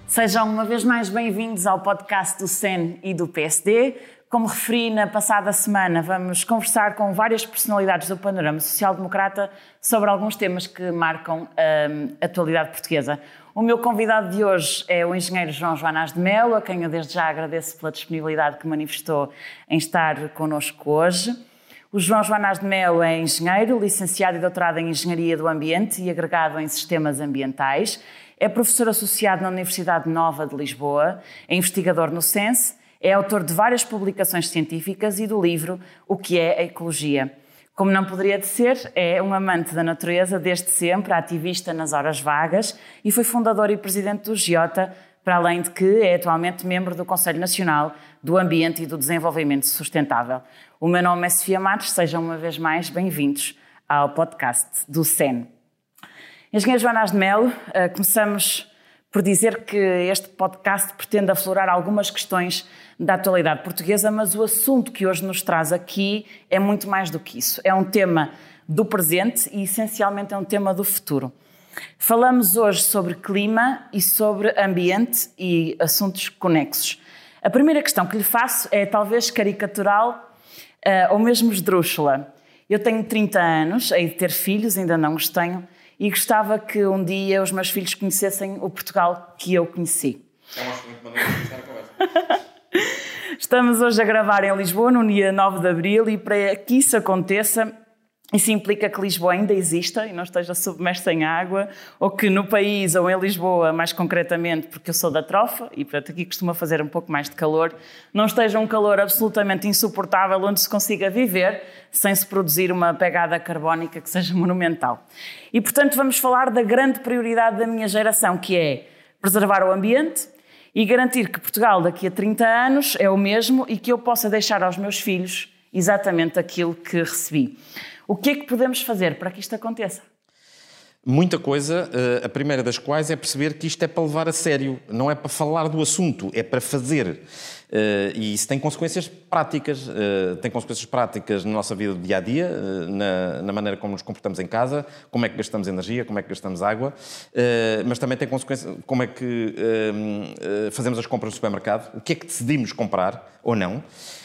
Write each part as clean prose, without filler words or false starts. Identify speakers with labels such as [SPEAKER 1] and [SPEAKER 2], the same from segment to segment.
[SPEAKER 1] Sejam uma vez mais bem-vindos ao podcast do SEN e do PSD. Como referi na passada semana, vamos conversar com várias personalidades do panorama social-democrata sobre alguns temas que marcam a atualidade portuguesa. O meu convidado de hoje é o engenheiro João Joanás de Melo, a quem eu desde já agradeço pela disponibilidade que manifestou em estar connosco hoje. O João Joanás de Melo é engenheiro, licenciado e doutorado em Engenharia do Ambiente e agregado em Sistemas Ambientais. É professor associado na Universidade Nova de Lisboa, é investigador no SENS, é autor de várias publicações científicas e do livro O que é a Ecologia. Como não poderia de ser, é um amante da natureza desde sempre, ativista nas horas vagas e foi fundador e presidente do GIOTA, para além de que é atualmente membro do Conselho Nacional do Ambiente e do Desenvolvimento Sustentável. O meu nome é Sofia Matos, sejam uma vez mais bem-vindos ao podcast do SEN. Engenheiro Joanás de Melo, começamos por dizer que este podcast pretende aflorar algumas questões da atualidade portuguesa, mas o assunto que hoje nos traz aqui é muito mais do que isso. É um tema do presente e, essencialmente, é um tema do futuro. Falamos hoje sobre clima e sobre ambiente e assuntos conexos. A primeira questão que lhe faço é talvez caricatural ou mesmo esdrúxula. Eu tenho 30 anos, hei de ter filhos, ainda não os tenho, e gostava que um dia os meus filhos conhecessem o Portugal que eu conheci.
[SPEAKER 2] É uma excelente maneira de começar a conversa.
[SPEAKER 1] Estamos hoje a gravar em Lisboa, no dia 9 de Abril, e para que isso aconteça, isso implica que Lisboa ainda exista e não esteja submersa em água, ou que no país, ou em Lisboa, mais concretamente, porque eu sou da Trofa, e portanto aqui costuma fazer um pouco mais de calor, não esteja um calor absolutamente insuportável onde se consiga viver sem se produzir uma pegada carbónica que seja monumental. E portanto vamos falar da grande prioridade da minha geração, que é preservar o ambiente e garantir que Portugal daqui a 30 anos é o mesmo e que eu possa deixar aos meus filhos exatamente aquilo que recebi. O que é que podemos fazer para que isto aconteça?
[SPEAKER 2] Muita coisa, a primeira das quais é perceber que isto é para levar a sério, não é para falar do assunto, é para fazer. E isso tem consequências práticas. Tem consequências práticas na nossa vida do dia-a-dia, na maneira como nos comportamos em casa, como é que gastamos energia, como é que gastamos água, mas também tem consequências como é que fazemos as compras no supermercado, o que é que decidimos comprar ou não.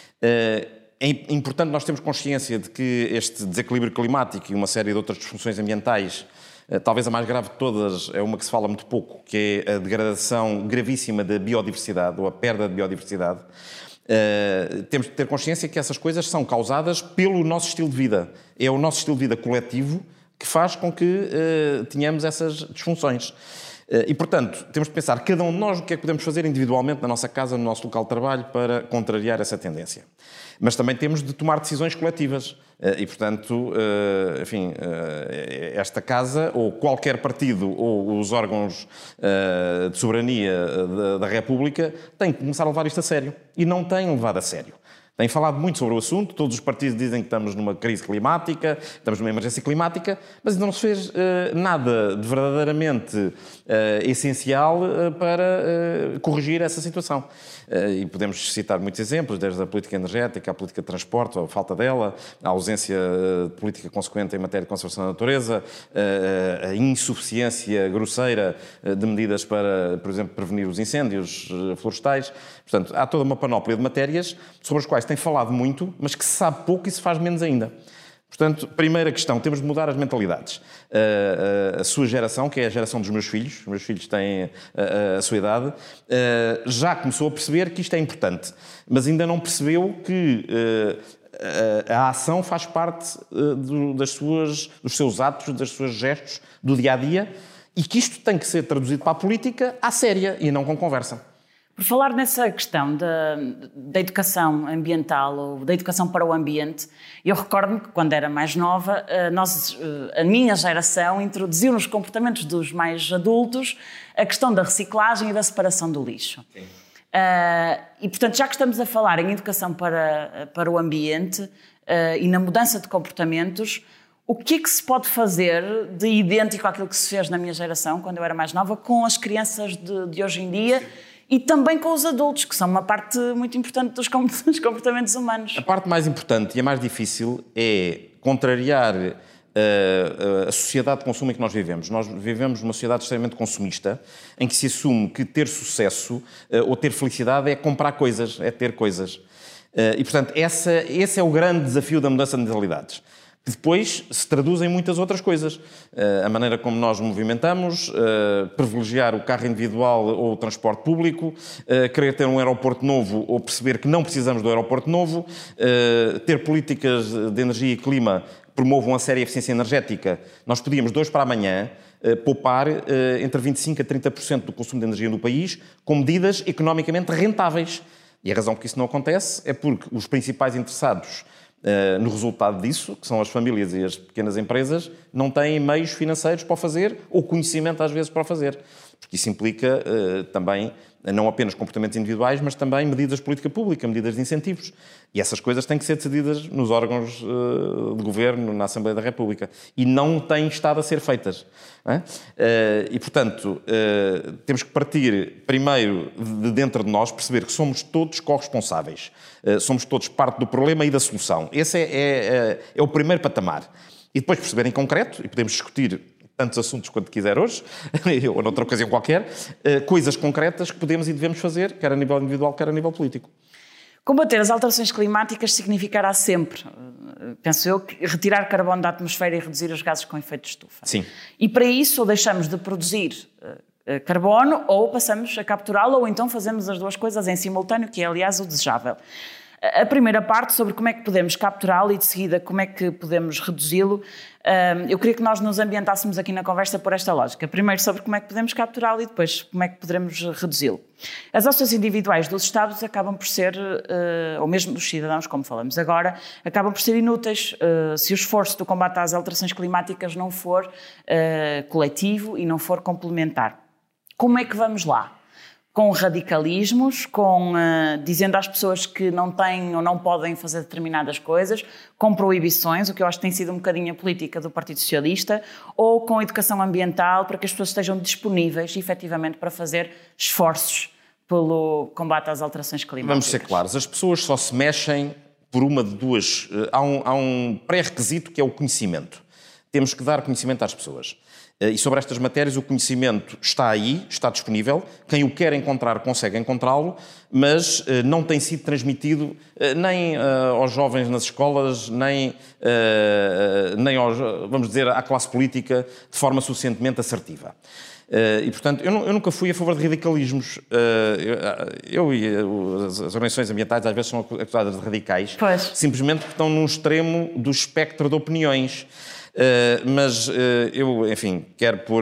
[SPEAKER 2] É importante nós termos consciência de que este desequilíbrio climático e uma série de outras disfunções ambientais, talvez a mais grave de todas é uma que se fala muito pouco, que é a degradação gravíssima da biodiversidade, ou a perda de biodiversidade. Temos de ter consciência que essas coisas são causadas pelo nosso estilo de vida. É o nosso estilo de vida coletivo que faz com que tenhamos essas disfunções. E, portanto, temos de pensar, cada um de nós, o que é que podemos fazer individualmente na nossa casa, no nosso local de trabalho, para contrariar essa tendência. Mas também temos de tomar decisões coletivas. E, portanto, enfim, esta casa, ou qualquer partido, ou os órgãos de soberania da República, têm que começar a levar isto a sério. E não têm levado a sério. Têm falado muito sobre o assunto, todos os partidos dizem que estamos numa crise climática, estamos numa emergência climática, mas ainda não se fez nada de verdadeiramente essencial para corrigir essa situação. E podemos citar muitos exemplos, desde a política energética, a política de transporte, a falta dela, a ausência de política consequente em matéria de conservação da natureza, a insuficiência grosseira de medidas para, por exemplo, prevenir os incêndios florestais. Portanto, há toda uma panóplia de matérias sobre as quais tem falado muito, mas que se sabe pouco e se faz menos ainda. Portanto, primeira questão, temos de mudar as mentalidades. A sua geração, que é a geração dos meus filhos, os meus filhos têm a sua idade, já começou a perceber que isto é importante, mas ainda não percebeu que a ação faz parte dos seus atos, dos seus gestos do dia-a-dia, e que isto tem que ser traduzido para a política à séria e não com conversa.
[SPEAKER 1] Por falar nessa questão da educação ambiental ou da educação para o ambiente, eu recordo-me que quando era mais nova, a minha geração introduziu nos comportamentos dos mais adultos a questão da reciclagem e da separação do lixo. Sim. E, portanto, já que estamos a falar em educação para o ambiente e na mudança de comportamentos, o que é que se pode fazer de idêntico àquilo que se fez na minha geração, quando eu era mais nova, com as crianças de hoje em dia? Sim. E também com os adultos, que são uma parte muito importante dos comportamentos humanos.
[SPEAKER 2] A parte mais importante e a mais difícil é contrariar a sociedade de consumo em que nós vivemos. Nós vivemos numa sociedade extremamente consumista, em que se assume que ter sucesso ou ter felicidade é comprar coisas, é ter coisas. E, portanto, esse é o grande desafio da mudança de mentalidades. Que depois se traduz em muitas outras coisas. A maneira como nós movimentamos, privilegiar o carro individual ou o transporte público, querer ter um aeroporto novo ou perceber que não precisamos do aeroporto novo, ter políticas de energia e clima que promovam a séria eficiência energética. Nós podíamos, de hoje para amanhã, poupar entre 25% a 30% do consumo de energia no país com medidas economicamente rentáveis. E a razão por que isso não acontece é porque os principais interessados no resultado disso, que são as famílias e as pequenas empresas, não têm meios financeiros para o fazer ou conhecimento às vezes para o fazer. Porque isso implica também não apenas comportamentos individuais, mas também medidas de política pública, medidas de incentivos. E essas coisas têm que ser decididas nos órgãos de governo, na Assembleia da República. E não têm estado a ser feitas. Não é? E, portanto, temos que partir primeiro de dentro de nós, perceber que somos todos corresponsáveis. Somos todos parte do problema e da solução. Esse é o primeiro patamar. E depois perceber em concreto, e podemos discutir tantos assuntos quanto quiser hoje, ou noutra ocasião qualquer, coisas concretas que podemos e devemos fazer, quer a nível individual, quer a nível político.
[SPEAKER 1] Combater as alterações climáticas significará sempre, penso eu, retirar carbono da atmosfera e reduzir os gases com efeito de estufa.
[SPEAKER 2] Sim.
[SPEAKER 1] E para isso ou deixamos de produzir carbono ou passamos a capturá-lo ou então fazemos as duas coisas em simultâneo, que é aliás o desejável. A primeira parte sobre como é que podemos capturá-lo e de seguida como é que podemos reduzi-lo, eu queria que nós nos ambientássemos aqui na conversa por esta lógica. Primeiro sobre como é que podemos capturá-lo e depois como é que poderemos reduzi-lo. As ações individuais dos Estados acabam por ser, ou mesmo dos cidadãos, como falamos agora, acabam por ser inúteis se o esforço do combate às alterações climáticas não for coletivo e não for complementar. Como é que vamos lá? Com radicalismos, dizendo às pessoas que não têm ou não podem fazer determinadas coisas, com proibições, o que eu acho que tem sido um bocadinho a política do Partido Socialista, ou com educação ambiental, para que as pessoas estejam disponíveis, efetivamente, para fazer esforços pelo combate às alterações climáticas.
[SPEAKER 2] Vamos ser claros, as pessoas só se mexem por uma de duas... Há um pré-requisito que é o conhecimento. Temos que dar conhecimento às pessoas. E sobre estas matérias o conhecimento está aí, está disponível, quem o quer encontrar consegue encontrá-lo, mas não tem sido transmitido nem aos jovens nas escolas, nem aos, vamos dizer, à classe política de forma suficientemente assertiva. E, portanto, eu nunca fui a favor de radicalismos. Eu e as organizações ambientais às vezes são acusadas de radicais, simplesmente porque estão num extremo do espectro de opiniões. Mas eu, enfim, quero por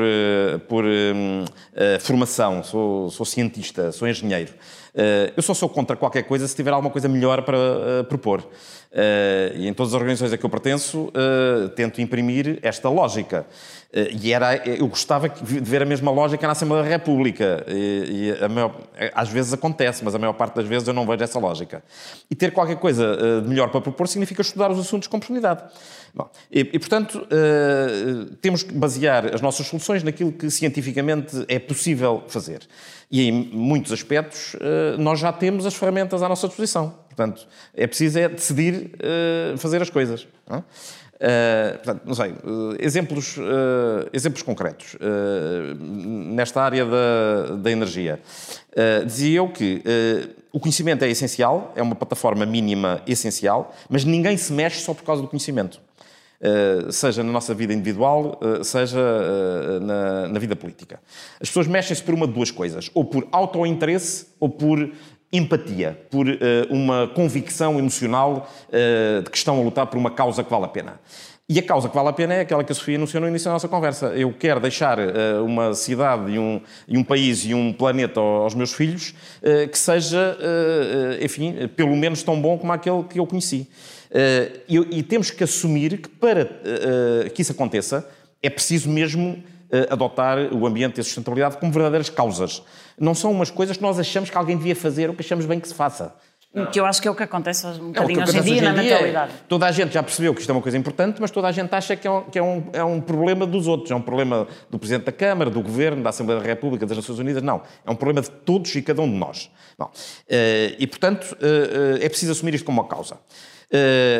[SPEAKER 2] formação, sou cientista, sou engenheiro. Eu só sou contra qualquer coisa se tiver alguma coisa melhor para propor. E em todas as organizações a que eu pertenço, tento imprimir esta lógica. Eu gostava de ver a mesma lógica na Assembleia da República. Às vezes acontece, mas a maior parte das vezes eu não vejo essa lógica. E ter qualquer coisa de melhor para propor significa estudar os assuntos com profundidade. Bom, portanto, temos que basear as nossas soluções naquilo que cientificamente é possível fazer. E em muitos aspectos nós já temos as ferramentas à nossa disposição. Portanto, é preciso decidir fazer as coisas. Não é? Portanto, não sei, exemplos concretos nesta área da energia. Dizia eu que o conhecimento é essencial, é uma plataforma mínima essencial, mas ninguém se mexe só por causa do conhecimento. Seja na nossa vida individual, seja na vida política. As pessoas mexem-se por uma de duas coisas, ou por autointeresse ou por empatia, por uma convicção emocional de que estão a lutar por uma causa que vale a pena. E a causa que vale a pena é aquela que a Sofia anunciou no início da nossa conversa. Eu quero deixar uma cidade e um país e um planeta aos meus filhos que seja, enfim, pelo menos tão bom como aquele que eu conheci. E temos que assumir que para que isso aconteça é preciso mesmo adotar o ambiente e a sustentabilidade como verdadeiras causas. Não são umas coisas que nós achamos que alguém devia fazer ou que achamos bem que se faça.
[SPEAKER 1] Que eu acho que é o que acontece um bocadinho hoje em dia na mentalidade.
[SPEAKER 2] Toda a gente já percebeu que isto é uma coisa importante, mas toda a gente acha que é um problema dos outros. É um problema do Presidente da Câmara, do Governo, da Assembleia da República, das Nações Unidas. Não. É um problema de todos e cada um de nós. Bom, e, portanto, é preciso assumir isto como uma causa.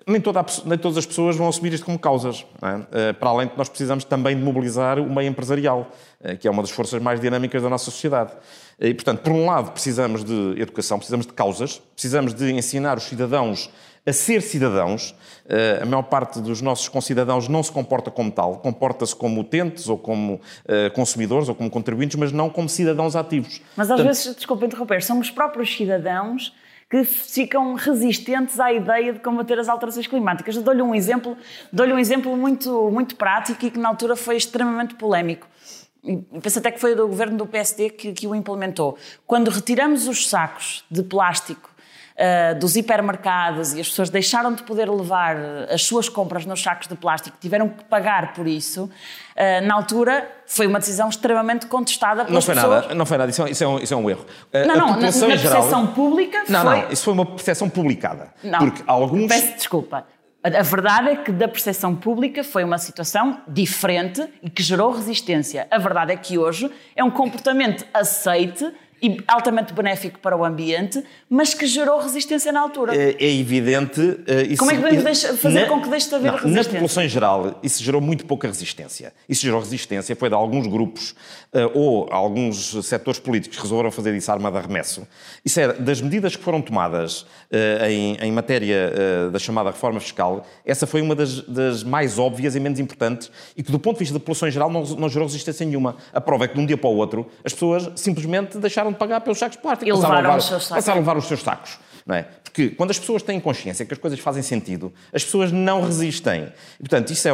[SPEAKER 2] nem todas as pessoas vão assumir isto como causas. Não é? Para além de que nós precisamos também de mobilizar o meio empresarial, que é uma das forças mais dinâmicas da nossa sociedade. E, portanto, por um lado, precisamos de educação, precisamos de causas, precisamos de ensinar os cidadãos a ser cidadãos. A maior parte dos nossos concidadãos não se comporta como tal, comporta-se como utentes ou como consumidores ou como contribuintes, mas não como cidadãos ativos.
[SPEAKER 1] Mas às vezes, desculpa interromper, são os próprios cidadãos que ficam resistentes à ideia de combater as alterações climáticas. Eu dou-lhe um exemplo muito, muito prático e que na altura foi extremamente polémico. E penso até que foi do governo do PSD que o implementou. Quando retiramos os sacos de plástico dos hipermercados e as pessoas deixaram de poder levar as suas compras nos sacos de plástico, tiveram que pagar por isso, na altura foi uma decisão extremamente contestada pelas pessoas.
[SPEAKER 2] Não foi nada, isso é um erro.
[SPEAKER 1] Na percepção pública foi...
[SPEAKER 2] Não, isso foi uma percepção publicada.
[SPEAKER 1] Não,
[SPEAKER 2] porque alguns...
[SPEAKER 1] peço desculpa. A verdade é que da percepção pública foi uma situação diferente e que gerou resistência. A verdade é que hoje é um comportamento aceite e altamente benéfico para o ambiente, mas que gerou resistência na altura.
[SPEAKER 2] É evidente...
[SPEAKER 1] Como é que podemos fazer com que deixe de haver resistência?
[SPEAKER 2] Na população em geral, isso gerou muito pouca resistência. Isso gerou resistência, foi de alguns grupos ou alguns setores políticos que resolveram fazer disso arma de arremesso. Isso é, das medidas que foram tomadas em matéria da chamada reforma fiscal, essa foi uma das mais óbvias e menos importantes e que, do ponto de vista da população em geral, não gerou resistência nenhuma. A prova é que, de um dia para o outro, as pessoas simplesmente deixaram de pagar pelos sacos de plástico. Passaram a levar os seus sacos. Não é? Porque quando as pessoas têm consciência que as coisas fazem sentido, as pessoas não resistem. E, portanto, isso é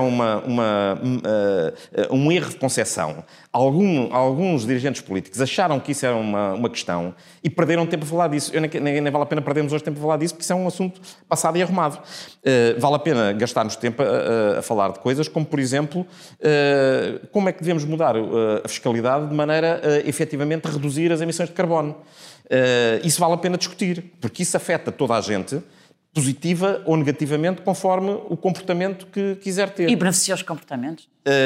[SPEAKER 2] um erro de concepção. Alguns dirigentes políticos acharam que isso era uma questão e perderam tempo a falar disso. Nem vale a pena perdermos hoje tempo a falar disso, porque isso é um assunto passado e arrumado. Vale a pena gastarmos tempo a falar de coisas como, por exemplo, como é que devemos mudar a fiscalidade de maneira a efetivamente reduzir as emissões de carbono. Isso vale a pena discutir, porque isso afeta toda a gente, positiva ou negativamente, conforme o comportamento que quiser ter.
[SPEAKER 1] E beneficia os comportamentos?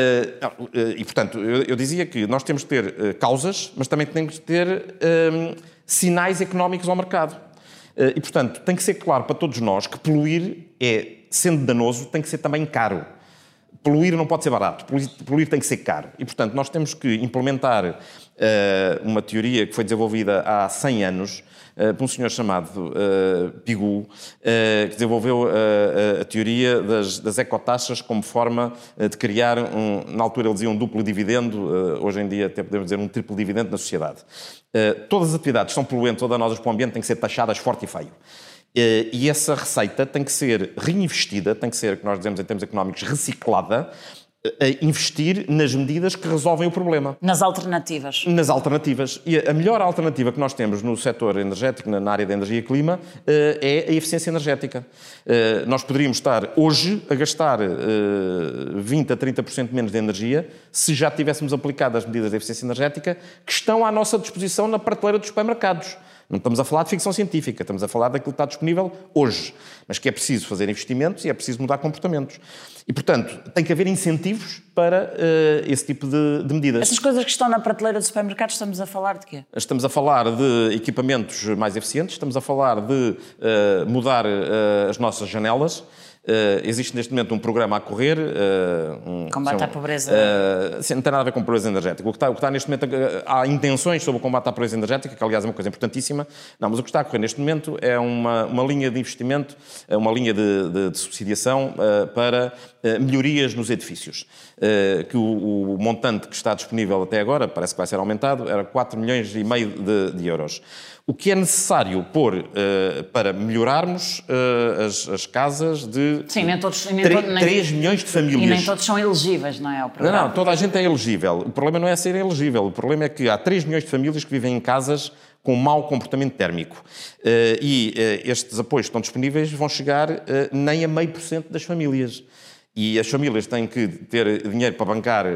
[SPEAKER 2] E, portanto, eu dizia que nós temos de ter causas, mas também temos de ter sinais económicos ao mercado. E, portanto, tem que ser claro para todos nós que poluir sendo danoso, tem que ser também caro. Poluir não pode ser barato, poluir tem que ser caro. E, portanto, nós temos que implementar uma teoria que foi desenvolvida há 100 anos por um senhor chamado Pigou, que desenvolveu a teoria das ecotaxas como forma de criar, na altura ele dizia um duplo dividendo, hoje em dia até podemos dizer um triplo dividendo na sociedade. Todas as atividades que são poluentes ou danosas para o ambiente têm que ser taxadas forte e feio. E essa receita tem que ser reinvestida, tem que ser, que nós dizemos em termos económicos, reciclada, a investir nas medidas que resolvem o problema.
[SPEAKER 1] Nas alternativas.
[SPEAKER 2] Nas alternativas. E a melhor alternativa que nós temos no setor energético, na área da energia e clima, é a eficiência energética. Nós poderíamos estar hoje a gastar 20% a 30% menos de energia se já tivéssemos aplicado as medidas de eficiência energética que estão à nossa disposição na prateleira dos supermercados. Não estamos a falar de ficção científica, estamos a falar daquilo que está disponível hoje, mas que é preciso fazer investimentos e é preciso mudar comportamentos. E, portanto, tem que haver incentivos para esse tipo de medidas.
[SPEAKER 1] Essas coisas que estão na prateleira dos supermercados, estamos a falar de quê?
[SPEAKER 2] Estamos a falar de equipamentos mais eficientes, estamos a falar de mudar as nossas janelas. Existe neste momento um programa a correr...
[SPEAKER 1] combate à pobreza.
[SPEAKER 2] Não tem nada a ver com pobreza energética. O que está neste momento... Há intenções sobre o combate à pobreza energética, que aliás é uma coisa importantíssima. Não, mas o que está a correr neste momento é uma linha de investimento, uma linha de subsidiação para melhorias nos edifícios. Que o montante que está disponível até agora, parece que vai ser aumentado, era 4,5 milhões de euros. O que é necessário pôr para melhorarmos as casas de 3 milhões de famílias.
[SPEAKER 1] E nem todos são elegíveis, não é? Ao programa.
[SPEAKER 2] Não, toda a gente é elegível. O problema não é ser elegível. O problema é que há 3 milhões de famílias que vivem em casas com mau comportamento térmico. Estes apoios que estão disponíveis vão chegar nem a 0,5% das famílias. E as famílias têm que ter dinheiro para bancar,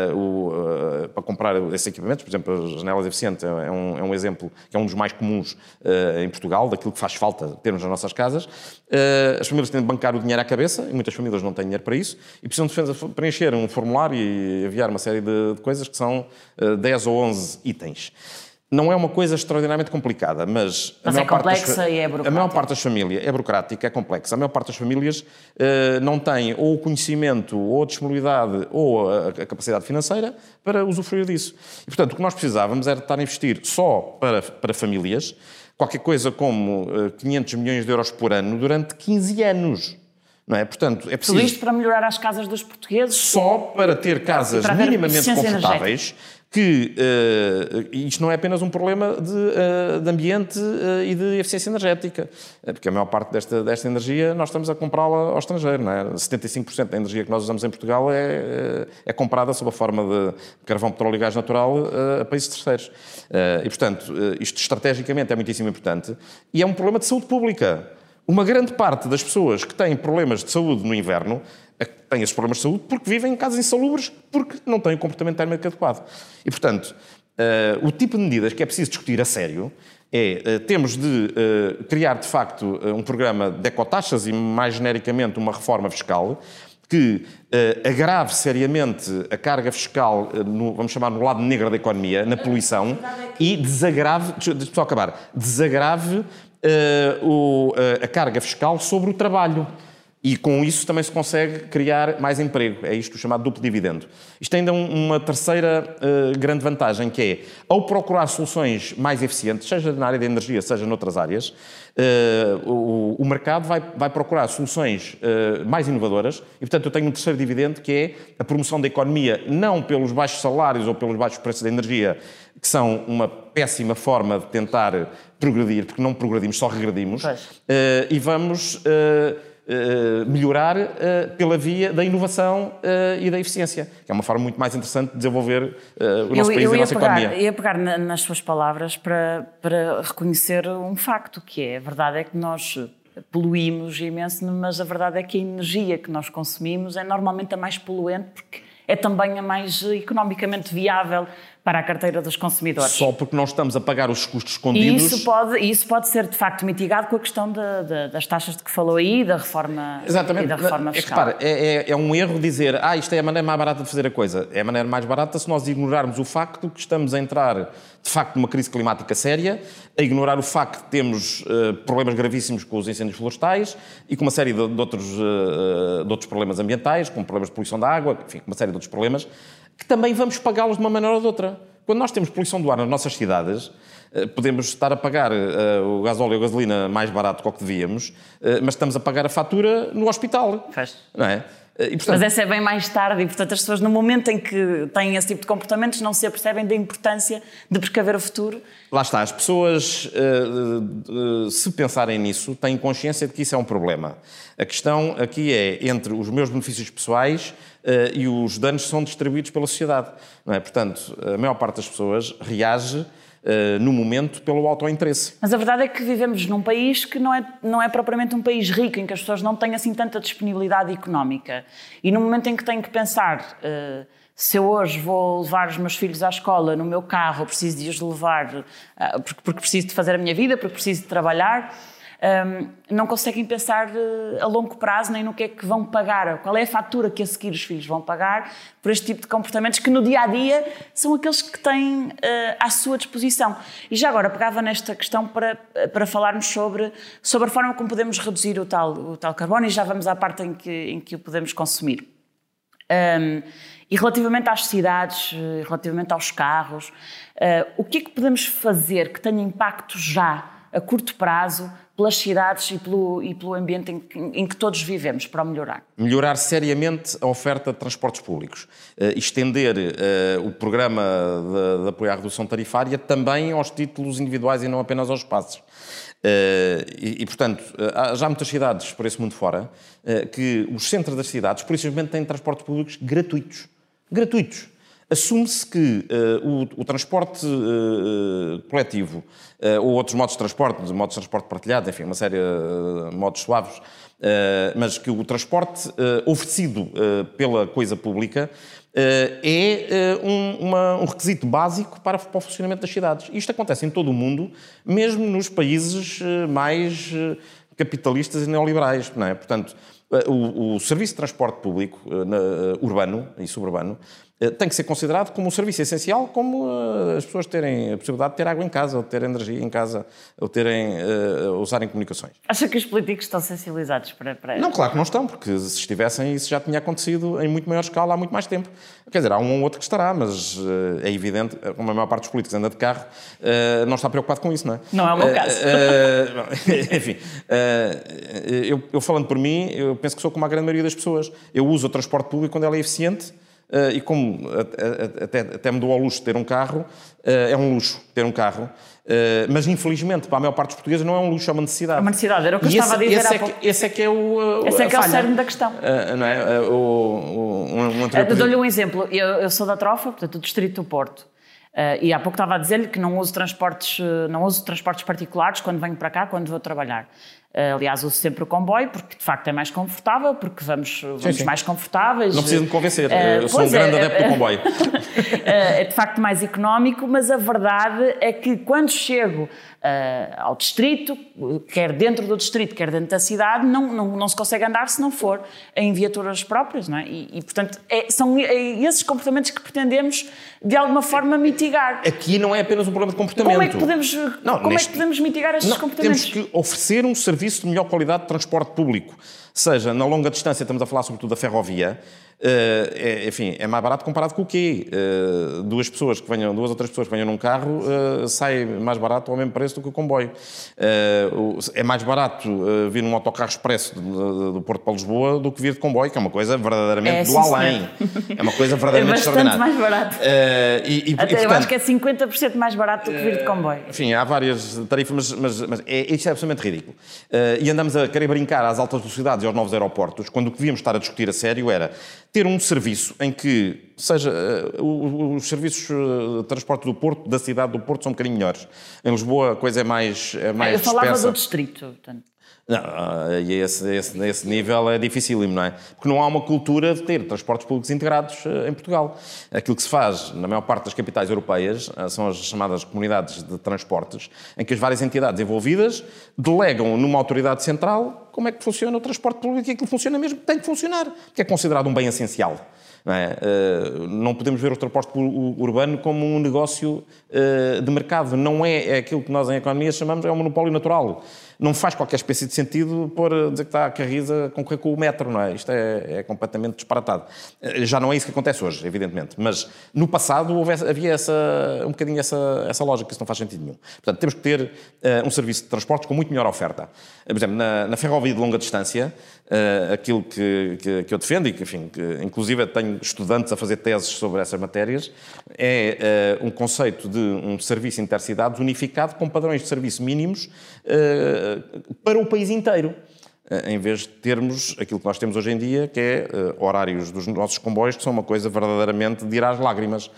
[SPEAKER 2] para comprar esses equipamentos. Por exemplo, as janelas eficientes é um exemplo que é um dos mais comuns em Portugal, daquilo que faz falta termos nas nossas casas. As famílias têm de bancar o dinheiro à cabeça, e muitas famílias não têm dinheiro para isso, e precisam de preencher um formulário e enviar uma série de coisas que são 10 ou 11 itens. Não é uma coisa extraordinariamente complicada, mas
[SPEAKER 1] é complexa e é burocrática.
[SPEAKER 2] A maior parte das famílias é burocrática, é complexa. A maior parte das famílias não tem ou o conhecimento, ou a disponibilidade, ou a capacidade financeira para usufruir disso. E, portanto, o que nós precisávamos era estar a investir só para famílias, qualquer coisa como 500 milhões de euros por ano durante 15 anos. Não é? Portanto, é preciso...
[SPEAKER 1] Tudo isto para melhorar as casas dos portugueses?
[SPEAKER 2] Só para ter casas minimamente confortáveis, que isto não é apenas um problema de ambiente e de eficiência energética, porque a maior parte desta energia nós estamos a comprá-la ao estrangeiro, não é? 75% da energia que nós usamos em Portugal é comprada sob a forma de carvão, petróleo e gás natural a países terceiros. E, portanto, isto estrategicamente é muitíssimo importante e é um problema de saúde pública. Uma grande parte das pessoas que têm problemas de saúde no inverno têm esses problemas de saúde porque vivem em casas insalubres, porque não têm o comportamento térmico adequado. E, portanto, o tipo de medidas que é preciso discutir a sério temos de criar, de facto, um programa de ecotaxas e, mais genericamente, uma reforma fiscal que agrave seriamente a carga fiscal, vamos chamar no lado negro da economia, na poluição, e desagrave a carga fiscal sobre o trabalho. E com isso também se consegue criar mais emprego. É isto chamado duplo dividendo. Isto tem ainda uma terceira grande vantagem, que é, ao procurar soluções mais eficientes, seja na área da energia, seja noutras áreas, o mercado vai procurar soluções mais inovadoras e, portanto, eu tenho um terceiro dividendo, que é a promoção da economia, não pelos baixos salários ou pelos baixos preços da energia, que são uma péssima forma de tentar progredir, porque não progredimos, só regredimos, e vamos melhorar pela via da inovação e da eficiência, que é uma forma muito mais interessante de desenvolver o nosso país e a nossa economia.
[SPEAKER 1] Eu ia pegar nas suas palavras para reconhecer um facto, que é, a verdade é que nós poluímos imenso, mas a verdade é que a energia que nós consumimos é normalmente a mais poluente, porque é também a mais economicamente viável para a carteira dos consumidores.
[SPEAKER 2] Só porque nós estamos a pagar os custos escondidos...
[SPEAKER 1] E isso pode ser, de facto, mitigado com a questão das taxas de que falou aí, da reforma,
[SPEAKER 2] exatamente.
[SPEAKER 1] E da reforma fiscal.
[SPEAKER 2] Repara, é um erro dizer isto é a maneira mais barata de fazer a coisa. É a maneira mais barata se nós ignorarmos o facto de que estamos a entrar, de facto, numa crise climática séria, a ignorar o facto de termos problemas gravíssimos com os incêndios florestais e com uma série de outros problemas ambientais, como problemas de poluição da água, enfim, uma série de outros problemas, que também vamos pagá-los de uma maneira ou de outra. Quando nós temos poluição do ar nas nossas cidades, podemos estar a pagar o gasóleo e a gasolina mais barato que o que devíamos, mas estamos a pagar a fatura no hospital. Não é?
[SPEAKER 1] E, portanto, mas essa é bem mais tarde e, portanto, as pessoas, no momento em que têm esse tipo de comportamentos, não se apercebem da importância de precaver o futuro.
[SPEAKER 2] Lá está, as pessoas, se pensarem nisso, têm consciência de que isso é um problema. A questão aqui é entre os meus benefícios pessoais e os danos que são distribuídos pela sociedade. Não é? Portanto, a maior parte das pessoas reage no momento pelo autointeresse.
[SPEAKER 1] Mas a verdade é que vivemos num país que não é propriamente um país rico, em que as pessoas não têm assim tanta disponibilidade económica. E no momento em que tenho que pensar, se eu hoje vou levar os meus filhos à escola no meu carro, preciso de os levar porque preciso de fazer a minha vida, porque preciso de trabalhar, não conseguem pensar a longo prazo nem no que é que vão pagar, qual é a fatura que a seguir os filhos vão pagar por este tipo de comportamentos que no dia-a-dia são aqueles que têm à sua disposição. E já agora pegava nesta questão para falarmos sobre a forma como podemos reduzir o tal carbono, e já vamos à parte em que o podemos consumir. E relativamente às cidades, relativamente aos carros, o que é que podemos fazer que tenha impacto já a curto prazo pelas cidades e pelo ambiente em que todos vivemos, para o melhorar?
[SPEAKER 2] Melhorar seriamente a oferta de transportes públicos. Estender o programa de apoio à redução tarifária também aos títulos individuais e não apenas aos passos. Portanto, há já muitas cidades por esse mundo fora que os centros das cidades, por isso simplesmente, têm transportes públicos gratuitos. Gratuitos. Assume-se que o transporte coletivo ou outros modos de transporte partilhado, enfim, uma série de modos suaves, mas que o transporte oferecido pela coisa pública é um requisito básico para o funcionamento das cidades. Isto acontece em todo o mundo, mesmo nos países mais capitalistas e neoliberais, não é? Portanto, o serviço de transporte público urbano e suburbano tem que ser considerado como um serviço essencial, como as pessoas terem a possibilidade de ter água em casa, ou de ter energia em casa, ou usarem comunicações.
[SPEAKER 1] Acha que os políticos estão sensibilizados para...
[SPEAKER 2] Não, claro que não estão, porque se estivessem, isso já tinha acontecido em muito maior escala há muito mais tempo. Quer dizer, há um ou outro que estará, mas é evidente, como a maior parte dos políticos anda de carro, não está preocupado com isso, não é?
[SPEAKER 1] Não é o meu caso.
[SPEAKER 2] Enfim, eu falando por mim, eu penso que sou como a grande maioria das pessoas. Eu uso o transporte público quando ele é eficiente, e como até me dou ao luxo de ter um carro, é um luxo ter um carro, mas infelizmente para a maior parte dos portugueses não é um luxo, é uma necessidade.
[SPEAKER 1] É uma necessidade, era o que eu estava a dizer há pouco.
[SPEAKER 2] Esse é que é o
[SPEAKER 1] cerne da questão.
[SPEAKER 2] Não é?
[SPEAKER 1] Dou-lhe um exemplo. Eu sou da Trofa, portanto, do Distrito do Porto. E há pouco estava a dizer-lhe que não uso transportes particulares quando venho para cá, quando vou trabalhar. Aliás, uso sempre o comboio, porque de facto é mais confortável, porque vamos
[SPEAKER 2] sim.
[SPEAKER 1] mais confortáveis.
[SPEAKER 2] Não precisa me convencer, eu sou um grande adepto do comboio.
[SPEAKER 1] É de facto mais económico, mas a verdade é que quando chego ao distrito, quer dentro do distrito, quer dentro da cidade, não se consegue andar se não for em viaturas próprias, não é? E portanto, são esses comportamentos que pretendemos de alguma forma mitigar.
[SPEAKER 2] Aqui não é apenas um problema de comportamento.
[SPEAKER 1] Como é que podemos mitigar estes comportamentos?
[SPEAKER 2] Temos que oferecer um serviço de melhor qualidade de transporte público. Seja na longa distância, estamos a falar sobretudo da ferrovia, enfim, é mais barato comparado com o quê? Duas ou três pessoas que venham num carro, sai mais barato ao mesmo preço do que o comboio. É mais barato vir num autocarro expresso do Porto para Lisboa do que vir de comboio, que é uma coisa verdadeiramente do além. É uma coisa verdadeiramente extraordinária.
[SPEAKER 1] É bastante mais barato. Portanto, eu acho que é 50% mais barato do que vir de comboio.
[SPEAKER 2] Enfim, há várias tarifas, mas isto é absolutamente ridículo. E andamos a querer brincar às altas velocidades e aos novos aeroportos, quando o que devíamos estar a discutir a sério era ter um serviço em que, seja, os serviços de transporte do Porto, da cidade do Porto, são um bocadinho melhores. Em Lisboa a coisa é mais
[SPEAKER 1] eu falava do distrito, portanto.
[SPEAKER 2] Não, e esse nível é dificílimo, não é? Porque não há uma cultura de ter transportes públicos integrados em Portugal. Aquilo que se faz na maior parte das capitais europeias são as chamadas comunidades de transportes, em que as várias entidades envolvidas delegam numa autoridade central como é que funciona o transporte público e aquilo funciona mesmo, tem que funcionar, porque é considerado um bem essencial. Não é? Não podemos ver o transporte urbano como um negócio de mercado. Não é aquilo que nós em economia chamamos é um monopólio natural. Não faz qualquer espécie de sentido dizer que está a Carris a concorrer com o metro, não é? Isto é completamente disparatado. Já não é isso que acontece hoje, evidentemente, mas no passado havia um bocadinho essa lógica, isso não faz sentido nenhum. Portanto, temos que ter um serviço de transportes com muito melhor oferta. Por exemplo, na ferrovia de longa distância, aquilo que eu defendo e que, enfim, inclusive tenho estudantes a fazer teses sobre essas matérias, é um conceito de um serviço intercidades unificado com padrões de serviço mínimos para o país inteiro, em vez de termos aquilo que nós temos hoje em dia, que é horários dos nossos comboios, que são uma coisa verdadeiramente de ir às lágrimas.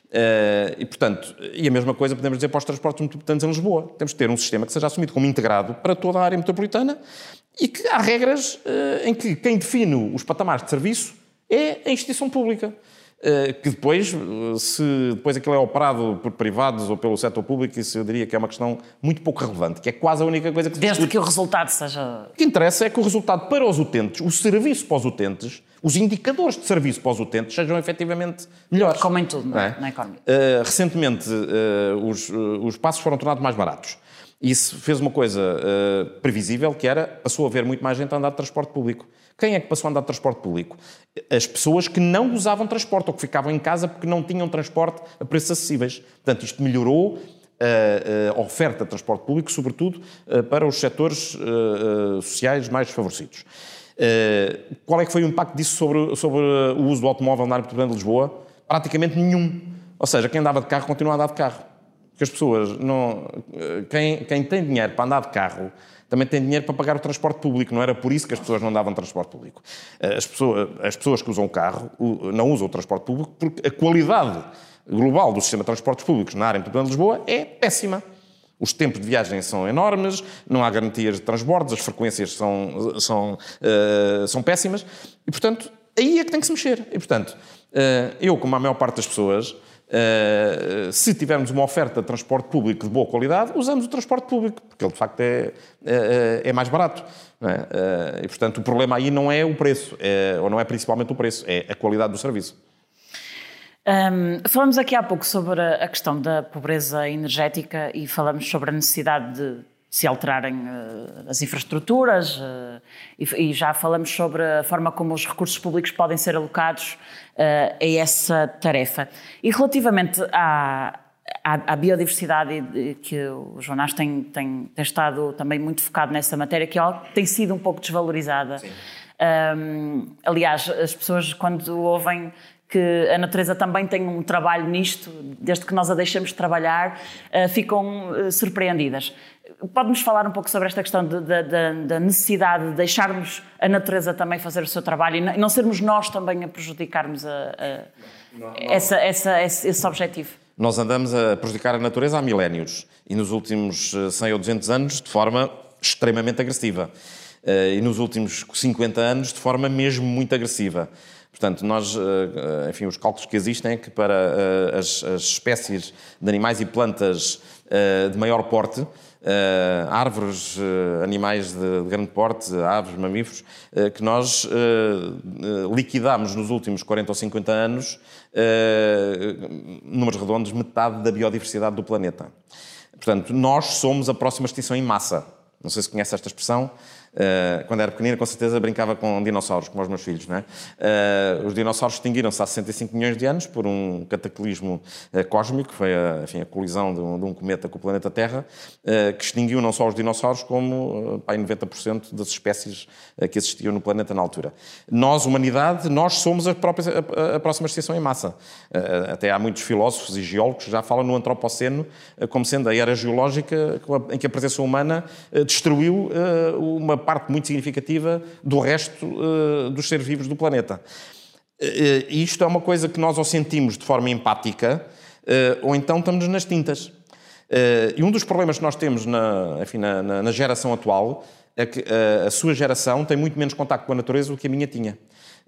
[SPEAKER 2] E, portanto, a mesma coisa podemos dizer para os transportes metropolitanos em Lisboa. Temos de ter um sistema que seja assumido como integrado para toda a área metropolitana e que há regras em que quem define os patamares de serviço é a instituição pública. Que depois, se depois aquilo é operado por privados ou pelo setor público, isso eu diria que é uma questão muito pouco relevante, que é quase a única coisa que se
[SPEAKER 1] Desde
[SPEAKER 2] discute.
[SPEAKER 1] que o resultado seja...
[SPEAKER 2] O que interessa é que o resultado para os utentes, o serviço para os utentes, os indicadores de serviço para os utentes sejam efetivamente melhores.
[SPEAKER 1] Como em tudo, não é? Na economia.
[SPEAKER 2] Recentemente, os passos foram tornados mais baratos. Isso fez uma coisa previsível, que passou a haver muito mais gente a andar de transporte público. Quem é que passou a andar de transporte público? As pessoas que não usavam transporte ou que ficavam em casa porque não tinham transporte a preços acessíveis. Portanto, isto melhorou a oferta de transporte público, sobretudo para os setores sociais mais desfavorecidos. Qual é que foi o impacto disso sobre o uso do automóvel na área metropolitana de Lisboa? Praticamente nenhum. Ou seja, quem andava de carro continua a andar de carro. Porque as pessoas não... Quem tem dinheiro para andar de carro também tem dinheiro para pagar o transporte público. Não era por isso que as pessoas não andavam de transporte público. As pessoas que usam o carro não usam o transporte público porque a qualidade global do sistema de transportes públicos na área metropolitana de Lisboa é péssima. Os tempos de viagem são enormes, não há garantias de transbordos, as frequências são péssimas e, portanto, aí é que tem que se mexer. E, portanto, eu, como a maior parte das pessoas, se tivermos uma oferta de transporte público de boa qualidade, usamos o transporte público, porque ele de facto é mais barato. Não é? E portanto o problema aí não é o preço, ou não é principalmente o preço, é a qualidade do serviço.
[SPEAKER 1] Falamos aqui há pouco sobre a questão da pobreza energética e falamos sobre a necessidade de se alterarem as infraestruturas e já falamos sobre a forma como os recursos públicos podem ser alocados a essa tarefa. E relativamente à biodiversidade, que o Jonas tem estado também muito focado nessa matéria, que é algo que tem sido um pouco desvalorizada. Aliás, as pessoas quando ouvem que a natureza também tem um trabalho nisto, desde que nós a deixamos de trabalhar, ficam surpreendidas. Pode-nos falar um pouco sobre esta questão da necessidade de deixarmos a natureza também fazer o seu trabalho e não sermos nós também a prejudicarmos esse objetivo?
[SPEAKER 2] Nós andamos a prejudicar a natureza há milénios e nos últimos 100 ou 200 anos de forma extremamente agressiva e nos últimos 50 anos de forma mesmo muito agressiva. Portanto, enfim, os cálculos que existem é que para as espécies de animais e plantas de maior porte, árvores, animais de grande porte, aves, mamíferos, que nós liquidámos nos últimos 40 ou 50 anos, números redondos, metade da biodiversidade do planeta. Portanto, nós somos a próxima extinção em massa. Não sei se conhece esta expressão. Quando era pequenina, com certeza, brincava com dinossauros, como os meus filhos, não é? Os dinossauros extinguiram-se há 65 milhões de anos por um cataclismo cósmico, que foi enfim, a colisão de um cometa com o planeta Terra, que extinguiu não só os dinossauros, como 90% das espécies que existiam no planeta na altura. Nós, humanidade, nós somos a próxima extinção em massa. Até há muitos filósofos e geólogos que já falam no antropoceno como sendo a era geológica em que a presença humana destruiu uma parte muito significativa do resto dos seres vivos do planeta. E isto é uma coisa que nós ou sentimos de forma empática ou então estamos nas tintas. E um dos problemas que nós temos na geração atual é que a sua geração tem muito menos contacto com a natureza do que a minha tinha.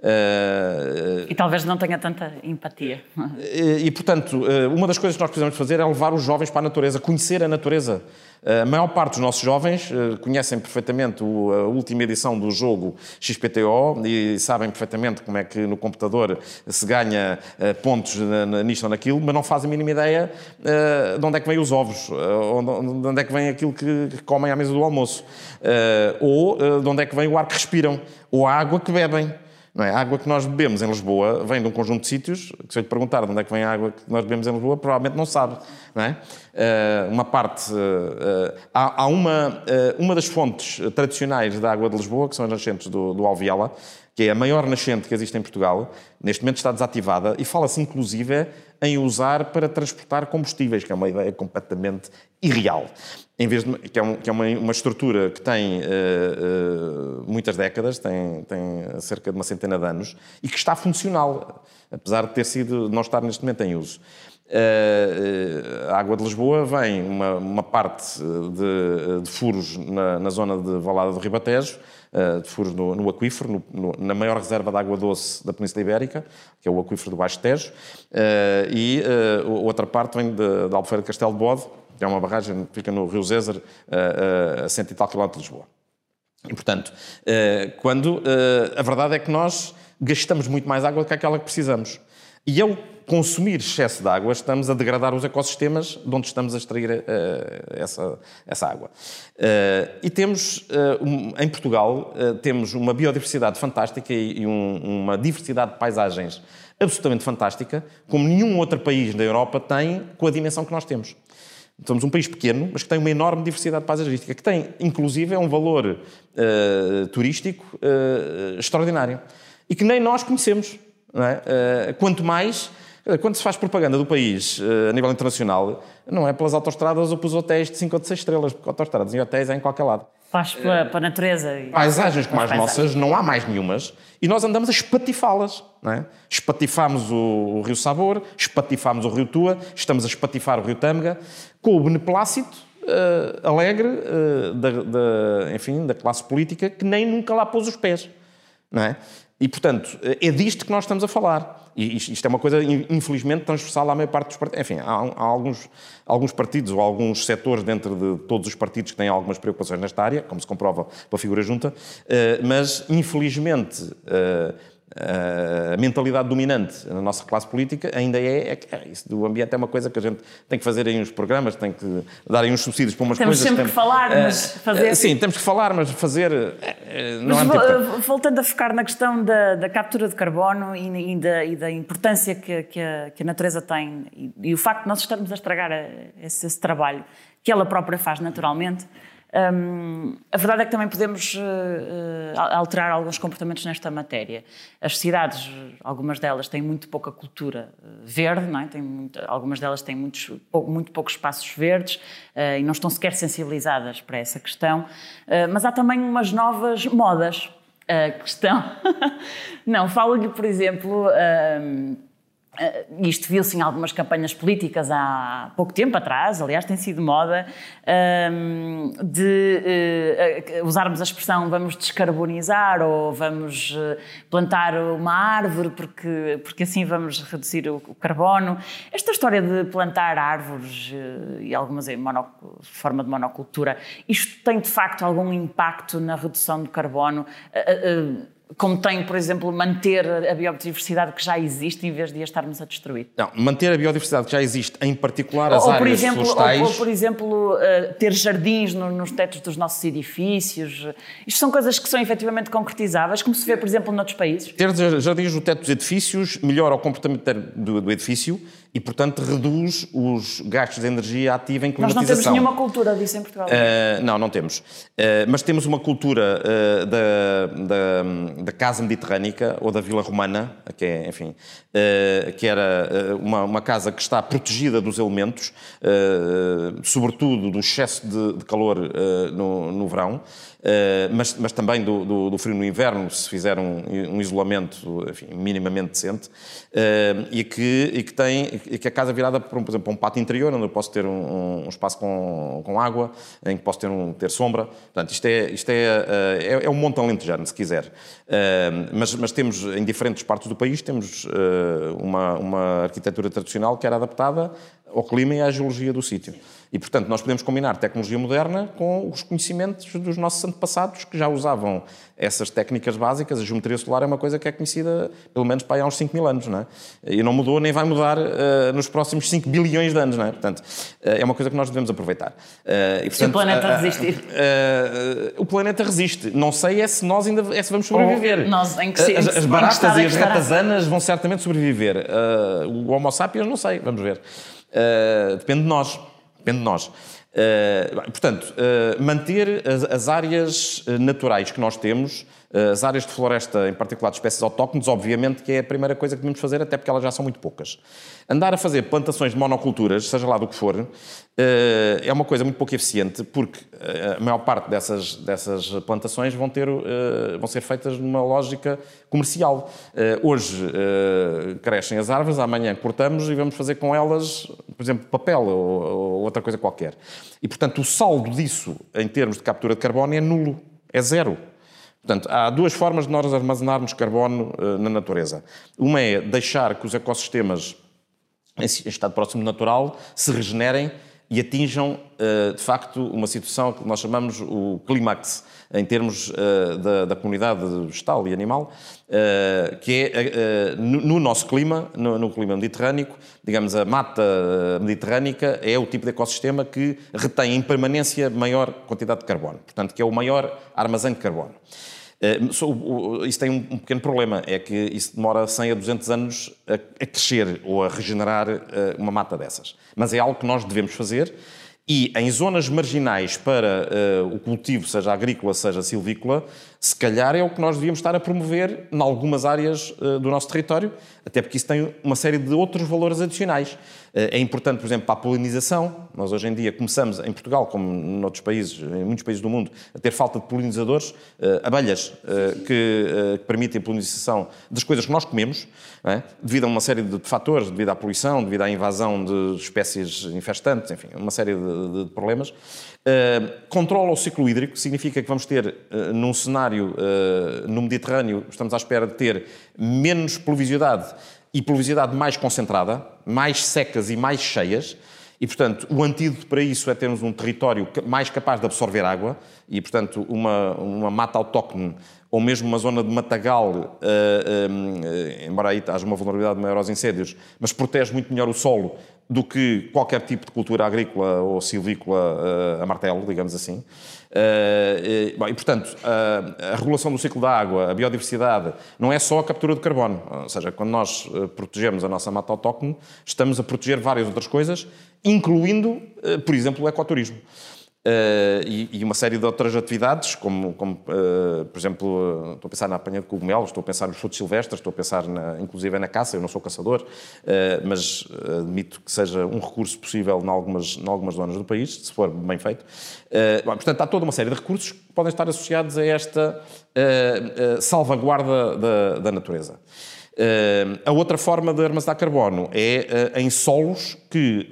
[SPEAKER 1] E talvez não tenha tanta empatia.
[SPEAKER 2] E, portanto, uma das coisas que nós precisamos fazer é levar os jovens para a natureza, conhecer a natureza. A maior parte dos nossos jovens conhecem perfeitamente a última edição do jogo XPTO e sabem perfeitamente como é que no computador se ganha pontos nisto ou naquilo, mas não fazem a mínima ideia de onde é que vêm os ovos, ou de onde é que vem aquilo que comem à mesa do almoço, ou de onde é que vem o ar que respiram, ou a água que bebem. Não é? A água que nós bebemos em Lisboa vem de um conjunto de sítios, que se eu lhe perguntar de onde é que vem a água que nós bebemos em Lisboa, provavelmente não sabe. Não é? Uma parte... há uma das fontes tradicionais da água de Lisboa, que são as nascentes do Alviela, que é a maior nascente que existe em Portugal, neste momento está desativada, e fala-se inclusive em usar para transportar combustíveis, que é uma ideia completamente irreal. Em vez de, que é uma estrutura que tem muitas décadas, tem cerca de uma centena de anos, e que está funcional, apesar de não estar neste momento em uso. A água de Lisboa vem uma parte de furos na zona de Valada do Ribatejo, de furos no aquífero, na maior reserva de água doce da Península Ibérica, que é o aquífero do Baixo Tejo, e outra parte vem de Albufeira de Castelo de Bode, que é uma barragem que fica no Rio Zezer, a 100 e tal quilómetros de Lisboa. E, portanto, a verdade é que nós gastamos muito mais água do que aquela que precisamos. E ao consumir excesso de água, estamos a degradar os ecossistemas de onde estamos a extrair essa água. E temos, em Portugal, temos uma biodiversidade fantástica e uma diversidade de paisagens absolutamente fantástica, como nenhum outro país da Europa tem com a dimensão que nós temos. Somos um país pequeno, mas que tem uma enorme diversidade paisagística, que tem, inclusive, um valor turístico extraordinário. E que nem nós conhecemos. Não é? Quanto mais, quando se faz propaganda do país a nível internacional, não é pelas autoestradas ou pelos hotéis de 5 ou de 6 estrelas, porque autoestradas e hotéis é em qualquer lado.
[SPEAKER 1] Faz para a natureza.
[SPEAKER 2] Paisagens como as nossas, não há mais nenhumas, e nós andamos a espatifá-las. Não é? Espatifámos o Rio Sabor, espatifámos o Rio Tua, estamos a espatifar o Rio Tâmega, com o beneplácito alegre da classe política que nem nunca lá pôs os pés. Não é? E, portanto, é disto que nós estamos a falar. E isto é uma coisa, infelizmente, transversal à maior parte dos partidos. Enfim, há alguns partidos ou alguns setores dentro de todos os partidos que têm algumas preocupações nesta área, como se comprova pela figura junta, mas, infelizmente, a mentalidade dominante na nossa classe política ainda isso do ambiente é uma coisa que a gente tem que fazer aí uns programas, tem que dar aí uns subsídios para umas coisas.
[SPEAKER 1] Temos sempre que falar, mas fazer...
[SPEAKER 2] Sim, temos que falar, mas fazer não é muito importante.
[SPEAKER 1] Voltando a focar na questão da captura de carbono e da importância que a natureza tem e o facto de nós estarmos a estragar esse trabalho que ela própria faz naturalmente, a verdade é que também podemos alterar alguns comportamentos nesta matéria. As cidades, algumas delas têm muito pouca cultura verde, não é? Algumas delas têm muito poucos espaços verdes e não estão sequer sensibilizadas para essa questão, mas há também umas novas modas. A questão... Não, falo-lhe, por exemplo... Isto viu-se em algumas campanhas políticas há pouco tempo atrás, aliás, tem sido moda, de usarmos a expressão vamos descarbonizar ou vamos plantar uma árvore porque assim vamos reduzir o carbono. Esta história de plantar árvores e algumas em forma de monocultura, isto tem de facto algum impacto na redução do carbono? Como tem, por exemplo, manter a biodiversidade que já existe em vez de a estarmos a destruir?
[SPEAKER 2] Não, manter a biodiversidade que já existe, em particular as áreas florestais...
[SPEAKER 1] Ou, por exemplo, ter jardins nos tetos dos nossos edifícios. Isto são coisas que são efetivamente concretizáveis, como se vê, por exemplo, noutros países.
[SPEAKER 2] Ter jardins no teto dos edifícios melhora o comportamento do edifício e, portanto, reduz os gastos de energia ativa em climatização.
[SPEAKER 1] Nós não temos nenhuma cultura disso em Portugal.
[SPEAKER 2] Não temos. Mas temos uma cultura da casa mediterrânica ou da vila romana, que é, enfim, que era uma casa que está protegida dos elementos, sobretudo do excesso de calor no verão, mas também do frio no inverno, se fizer um isolamento, enfim, minimamente decente, e que a casa é virada, por exemplo, para um pátio interior, onde eu posso ter um espaço com água, em que posso ter sombra. Portanto, isto é um monte alentejano, se quiser. Mas temos, em diferentes partes do país, temos uma arquitetura tradicional que era adaptada ao clima e à geologia do sítio. E, portanto, nós podemos combinar tecnologia moderna com os conhecimentos dos nossos antepassados que já usavam essas técnicas básicas. A geometria solar é uma coisa que é conhecida, pelo menos, para aí há uns 5 mil anos, não é? E não mudou nem vai mudar nos próximos 5 bilhões de anos, não é? Portanto, é uma coisa que nós devemos aproveitar. E, portanto,
[SPEAKER 1] se o planeta resistir.
[SPEAKER 2] O planeta resiste. Não sei se nós ainda vamos sobreviver.
[SPEAKER 1] Nós,
[SPEAKER 2] as baratas e as ratazanas vão certamente sobreviver. O Homo sapiens, não sei. Vamos ver. Depende de nós. Portanto, manter as áreas naturais que nós temos, as áreas de floresta, em particular de espécies autóctones, obviamente que é a primeira coisa que devemos fazer, até porque elas já são muito poucas. Andar a fazer plantações de monoculturas, seja lá do que for, é uma coisa muito pouco eficiente, porque a maior parte dessas plantações vão ser feitas numa lógica comercial. Hoje crescem as árvores, amanhã cortamos e vamos fazer com elas, por exemplo, papel ou outra coisa qualquer. E, portanto, o saldo disso, em termos de captura de carbono, é nulo, é zero. Portanto, há duas formas de nós armazenarmos carbono na natureza. Uma é deixar que os ecossistemas em estado próximo natural se regenerem e atinjam, de facto, uma situação que nós chamamos o clímax, em termos da comunidade vegetal e animal, que é, no nosso clima, no clima mediterrâneo, digamos, a mata mediterrânica é o tipo de ecossistema que retém em permanência maior quantidade de carbono, portanto, que é o maior armazém de carbono. Isso tem um pequeno problema, é que isso demora 100 a 200 anos a crescer ou a regenerar uma mata dessas. Mas é algo que nós devemos fazer e em zonas marginais para o cultivo, seja agrícola, seja silvícola, se calhar é o que nós devíamos estar a promover em algumas áreas do nosso território, até porque isso tem uma série de outros valores adicionais. É importante, por exemplo, para a polinização. Nós hoje em dia começamos, em Portugal, como noutros países, em muitos países do mundo, a ter falta de polinizadores, abelhas que permitem a polinização das coisas que nós comemos, não é? Devido a uma série de fatores, devido à poluição, devido à invasão de espécies infestantes, enfim, uma série de problemas. Controla o ciclo hídrico, significa que vamos ter, num cenário no Mediterrâneo, estamos à espera de ter menos pluviosidade e pluviosidade mais concentrada, mais secas e mais cheias, E, portanto, o antídoto para isso é termos um território mais capaz de absorver água e, portanto, uma mata autóctone ou mesmo uma zona de matagal, embora aí haja uma vulnerabilidade maior aos incêndios, mas protege muito melhor o solo do que qualquer tipo de cultura agrícola ou silvícola a martelo, digamos assim. E, portanto, a regulação do ciclo da água, a biodiversidade, não é só a captura de carbono. Ou seja, quando nós protegemos a nossa mata autóctone, estamos a proteger várias outras coisas, incluindo, por exemplo, o ecoturismo. E uma série de outras atividades, como por exemplo, estou a pensar na apanha de cogumelos, estou a pensar nos frutos silvestres, estou a pensar inclusive na caça. Eu não sou caçador, mas admito que seja um recurso possível em algumas zonas do país, se for bem feito. Portanto, há toda uma série de recursos que podem estar associados a esta salvaguarda da natureza. A outra forma de armazenar carbono é em solos que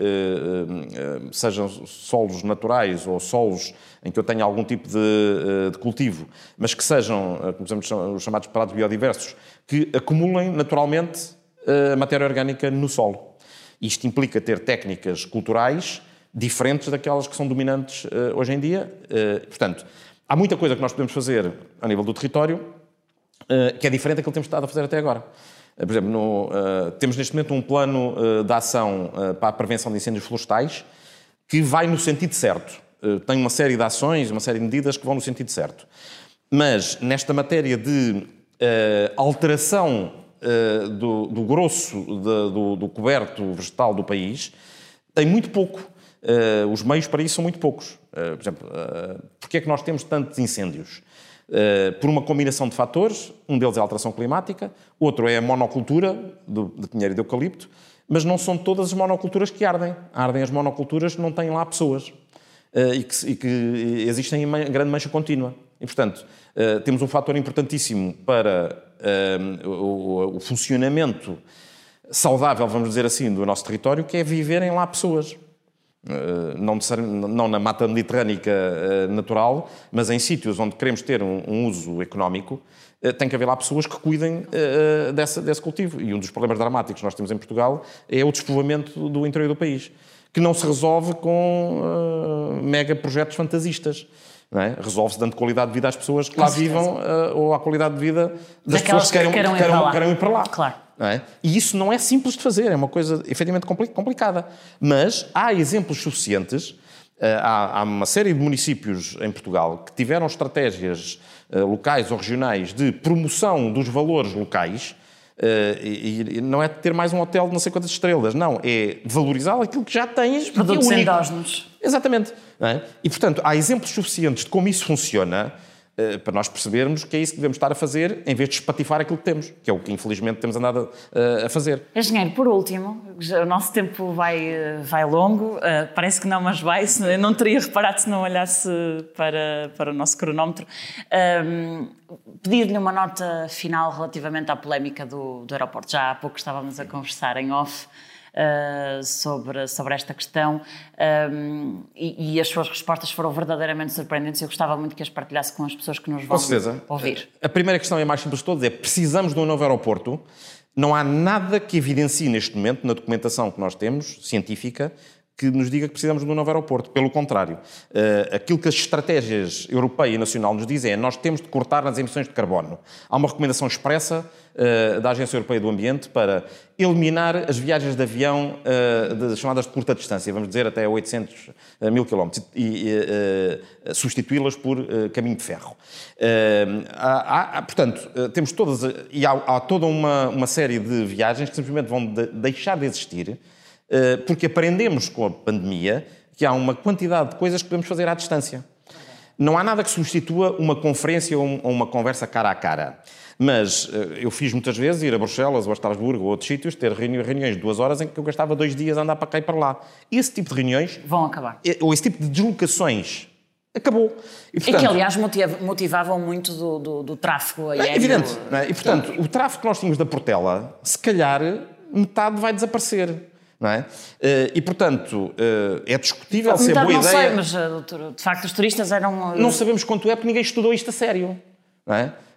[SPEAKER 2] sejam solos naturais ou solos em que eu tenha algum tipo de cultivo, mas que sejam, como exemplo, os chamados prados biodiversos, que acumulem naturalmente a matéria orgânica no solo. Isto implica ter técnicas culturais diferentes daquelas que são dominantes hoje em dia. Portanto, há muita coisa que nós podemos fazer a nível do território que é diferente daquilo que temos estado a fazer até agora. Por exemplo, temos neste momento um plano de ação para a prevenção de incêndios florestais que vai no sentido certo. Tem uma série de ações, uma série de medidas que vão no sentido certo. Mas nesta matéria de alteração do grosso do coberto vegetal do país, tem muito pouco. Os meios para isso são muito poucos. Por exemplo, porque é que nós temos tantos incêndios? Por uma combinação de fatores, um deles é a alteração climática, outro é a monocultura de pinheiro e de eucalipto, mas não são todas as monoculturas que ardem. Ardem as monoculturas que não têm lá pessoas e que existem em grande mancha contínua. E, portanto, temos um fator importantíssimo para o funcionamento saudável, vamos dizer assim, do nosso território, que é viverem lá pessoas. Não na mata mediterrânica natural, mas em sítios onde queremos ter um uso económico, tem que haver lá pessoas que cuidem desse cultivo. E um dos problemas dramáticos que nós temos em Portugal é o despovoamento do interior do país, que não se resolve com mega projetos fantasistas. Não é? Resolve-se dando qualidade de vida às pessoas que lá vivam ou à qualidade de vida das pessoas que queiram ir para lá.
[SPEAKER 1] Claro.
[SPEAKER 2] Não é? E isso não é simples de fazer, é uma coisa efetivamente complicada. Mas há exemplos suficientes, há uma série de municípios em Portugal que tiveram estratégias locais ou regionais de promoção dos valores locais, e não é ter mais um hotel de não sei quantas estrelas, não, é valorizar aquilo que já tens.
[SPEAKER 1] Os produtos endógenos.
[SPEAKER 2] Exatamente. Não é? E, portanto, há exemplos suficientes de como isso funciona para nós percebermos que é isso que devemos estar a fazer, em vez de espatifar aquilo que temos, que é o que infelizmente temos andado a fazer.
[SPEAKER 1] Engenheiro, por último, o nosso tempo vai longo, parece que não, mas vai, eu não teria reparado se não olhasse para o nosso cronómetro. Pedir-lhe uma nota final relativamente à polémica do aeroporto. Já há pouco estávamos a conversar em off sobre esta questão e as suas respostas foram verdadeiramente surpreendentes. Eu gostava muito que as partilhasse com as pessoas que nos vão ouvir.
[SPEAKER 2] A primeira questão, é mais simples de todas, é: precisamos de um novo aeroporto. Não há nada que evidencie neste momento, na documentação que nós temos, científica, que nos diga que precisamos de um novo aeroporto. Pelo contrário, aquilo que as estratégias europeia e nacional nos dizem é: nós temos de cortar nas emissões de carbono. Há uma recomendação expressa da Agência Europeia do Ambiente para eliminar as viagens de avião chamadas de curta distância, vamos dizer até 800 mil quilómetros, e substituí-las por caminho de ferro. Portanto, temos todas, e há toda uma série de viagens que simplesmente vão deixar de existir, porque aprendemos com a pandemia que há uma quantidade de coisas que podemos fazer à distância. Não há nada que substitua uma conferência ou uma conversa cara a cara. Mas eu fiz muitas vezes ir a Bruxelas ou a Estrasburgo ou a outros sítios, ter reuniões de 2 horas em que eu gastava 2 dias a andar para cá e para lá. Esse tipo de reuniões...
[SPEAKER 1] vão acabar.
[SPEAKER 2] Ou esse tipo de deslocações acabou.
[SPEAKER 1] E que, aliás, motivavam muito do tráfego aéreo.
[SPEAKER 2] É evidente. Não é? E, portanto, o tráfego que nós tínhamos da Portela, se calhar, metade vai desaparecer. Não é? E, portanto, é discutível se é boa ideia...
[SPEAKER 1] Não sei, mas, de facto, os turistas eram...
[SPEAKER 2] Não sabemos quanto é, porque ninguém estudou isto a sério. Não é?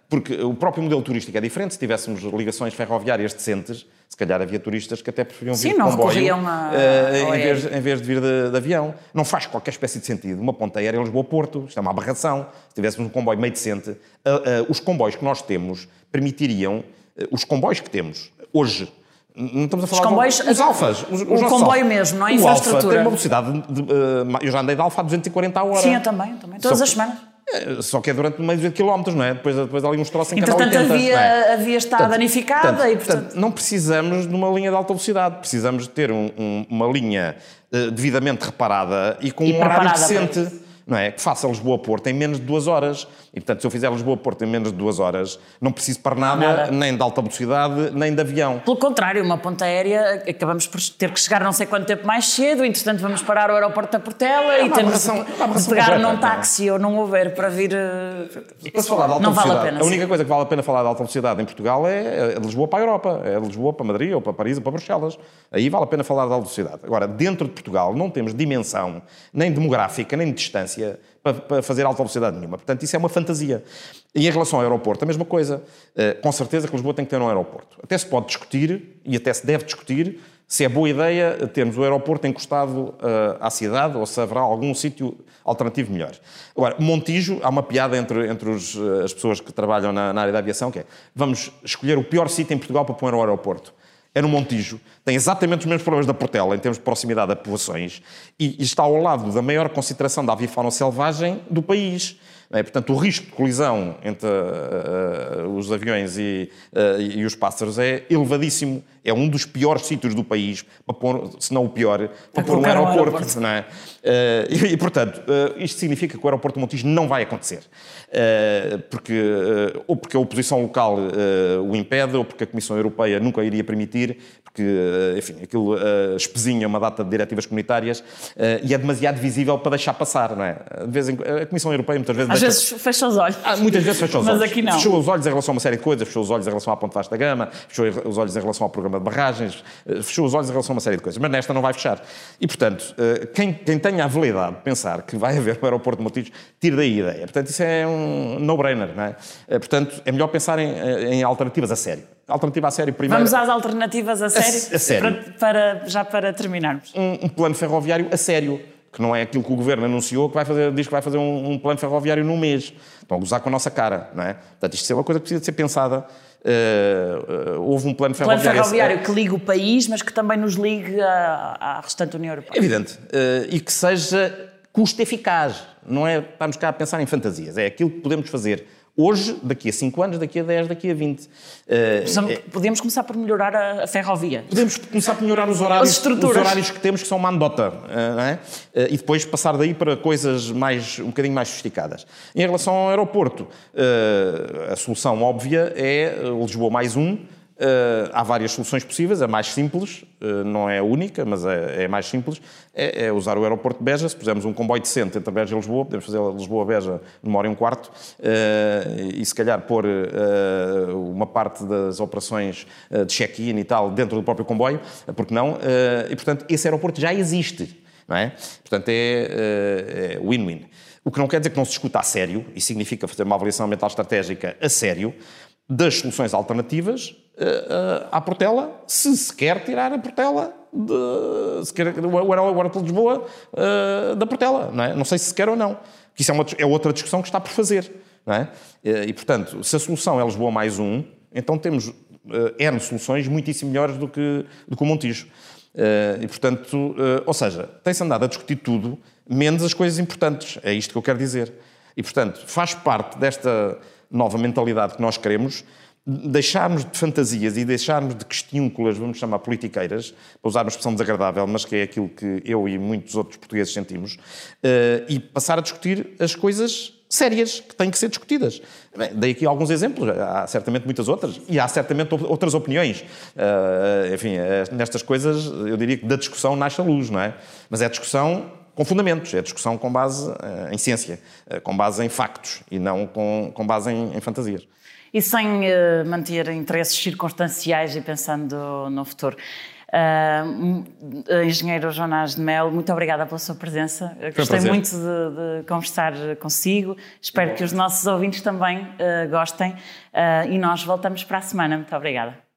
[SPEAKER 2] Porque o próprio modelo turístico é diferente. Se tivéssemos ligações ferroviárias decentes, se calhar havia turistas que até preferiam vir de comboio em vez de vir de avião. Não faz qualquer espécie de sentido. Uma ponta aérea Lisboa-Porto, isto é uma aberração. Se tivéssemos um comboio meio decente, os comboios que nós temos permitiriam, os comboios que temos hoje, não estamos a falar
[SPEAKER 1] os comboios,
[SPEAKER 2] os alfas.
[SPEAKER 1] O comboio mesmo, não é infraestrutura.
[SPEAKER 2] O alfa tem uma velocidade eu já andei de alfa a 240 a hora.
[SPEAKER 1] Sim, eu também. Todas as semanas.
[SPEAKER 2] Só que é durante meio de quilómetros, não é? Depois ali uns troços em cada 80.
[SPEAKER 1] Entretanto, a via está danificada e, portanto...
[SPEAKER 2] Não precisamos de uma linha de alta velocidade. Precisamos de ter uma linha devidamente reparada e com um horário decente. Não é? Que faça Lisboa-Porto em menos de 2 horas. E, portanto, se eu fizer Lisboa-Porto em menos de 2 horas, não preciso para nada, nem de alta velocidade, nem de avião.
[SPEAKER 1] Pelo contrário, uma ponta aérea, acabamos por ter que chegar não sei quanto tempo mais cedo, entretanto vamos parar ao aeroporto da Portela e temos de pegar num táxi ou num Uber para vir...
[SPEAKER 2] Para falar de alta
[SPEAKER 1] não
[SPEAKER 2] velocidade,
[SPEAKER 1] vale a pena.
[SPEAKER 2] A única coisa que vale a pena falar de alta velocidade em Portugal é de Lisboa para a Europa, é de Lisboa para Madrid ou para Paris ou para Bruxelas. Aí vale a pena falar de alta velocidade. Agora, dentro de Portugal não temos dimensão, nem demográfica, nem de distância, para fazer alta velocidade nenhuma. Portanto, isso é uma fantasia. E em relação ao aeroporto, a mesma coisa. Com certeza que Lisboa tem que ter um aeroporto. Até se pode discutir, e até se deve discutir, se é boa ideia termos o aeroporto encostado à cidade ou se haverá algum sítio alternativo melhor. Agora, Montijo, há uma piada entre as pessoas que trabalham na área da aviação, que é, vamos escolher o pior sítio em Portugal para pôr um aeroporto. É no Montijo, tem exatamente os mesmos problemas da Portela, em termos de proximidade a povoações, e está ao lado da maior concentração da avifauna selvagem do país. Portanto, o risco de colisão entre os aviões e os pássaros é elevadíssimo. É um dos piores sítios do país, para pôr, se não o pior, para pôr um aeroporto. Não é? Portanto, isto significa que o aeroporto de Montijo não vai acontecer. Ou porque a oposição local o impede, ou porque a Comissão Europeia nunca iria permitir, porque, enfim, aquilo espezinha uma data de diretivas comunitárias e é demasiado visível para deixar passar, não é? A Comissão Europeia muitas vezes...
[SPEAKER 1] Às vezes fecha os olhos.
[SPEAKER 2] Muitas vezes fecha os olhos.
[SPEAKER 1] Mas aqui não.
[SPEAKER 2] Fechou os olhos em relação a uma série de coisas, fechou os olhos em relação à Ponte Vasta da Gama, fechou os olhos em relação ao programa de barragens, fechou os olhos em relação a uma série de coisas, mas nesta não vai fechar. E, portanto, quem tenha a habilidade de pensar que vai haver um aeroporto de Montijo, tire daí a ideia. Portanto, isso é um no-brainer, não é? Portanto, é melhor pensar em alternativas a sério. Alternativa a sério primeiro...
[SPEAKER 1] Vamos às alternativas a sério?
[SPEAKER 2] A sério.
[SPEAKER 1] Já para terminarmos.
[SPEAKER 2] Um plano ferroviário a sério, que não é aquilo que o Governo anunciou, diz que vai fazer um plano ferroviário num mês. Estão a gozar com a nossa cara, não é? Portanto, isto é uma coisa que precisa de ser pensada. Houve um plano ferroviário
[SPEAKER 1] que ligue o país, mas que também nos ligue à restante União Europeia.
[SPEAKER 2] Evidente. E que seja custo eficaz. Não é estarmos cá a pensar em fantasias. É aquilo que podemos fazer hoje, daqui a 5 anos, daqui a 10, daqui a 20.
[SPEAKER 1] Podemos começar por melhorar a ferrovia.
[SPEAKER 2] Podemos começar por melhorar os horários que temos, que são uma anedota, não é? E depois passar daí para coisas um bocadinho mais sofisticadas. Em relação ao aeroporto, a solução óbvia é o Lisboa mais um. Há várias soluções possíveis, a mais simples, não é a única, mas é a mais simples, é usar o aeroporto de Beja. Se pusermos um comboio decente entre Beja e Lisboa, podemos fazer Lisboa-Beja numa hora e um quarto, e se calhar pôr uma parte das operações de check-in e tal dentro do próprio comboio, porque não? E, portanto, esse aeroporto já existe, não é? Portanto, é win-win. O que não quer dizer que não se discuta a sério, e significa fazer uma avaliação ambiental estratégica a sério, das soluções alternativas à Portela, se quer tirar a Portela, se quer o aeroporto de Lisboa da Portela, não é? Não sei se quer ou não, que isso é outra discussão que está por fazer, não é? E, portanto, se a solução é Lisboa mais um, então temos N soluções muitíssimo melhores do que o Montijo. E, portanto, ou seja, tem-se andado a discutir tudo, menos as coisas importantes, é isto que eu quero dizer. E, portanto, faz parte desta nova mentalidade que nós queremos, deixarmos de fantasias e deixarmos de questiúnculas, vamos chamar politiqueiras, para usar uma expressão desagradável, mas que é aquilo que eu e muitos outros portugueses sentimos, e passar a discutir as coisas sérias que têm que ser discutidas. Bem, dei aqui alguns exemplos, há certamente muitas outras, e há certamente outras opiniões. Enfim, nestas coisas, eu diria que da discussão nasce a luz, não é? Mas é discussão com fundamentos, é discussão com base em ciência, com base em factos e não com base em fantasias.
[SPEAKER 1] E sem manter interesses circunstanciais e pensando no futuro. Engenheiro Jonas de Melo, muito obrigada pela sua presença. Gostei muito de conversar consigo. Espero que os nossos ouvintes também gostem. E nós voltamos para a semana. Muito obrigada.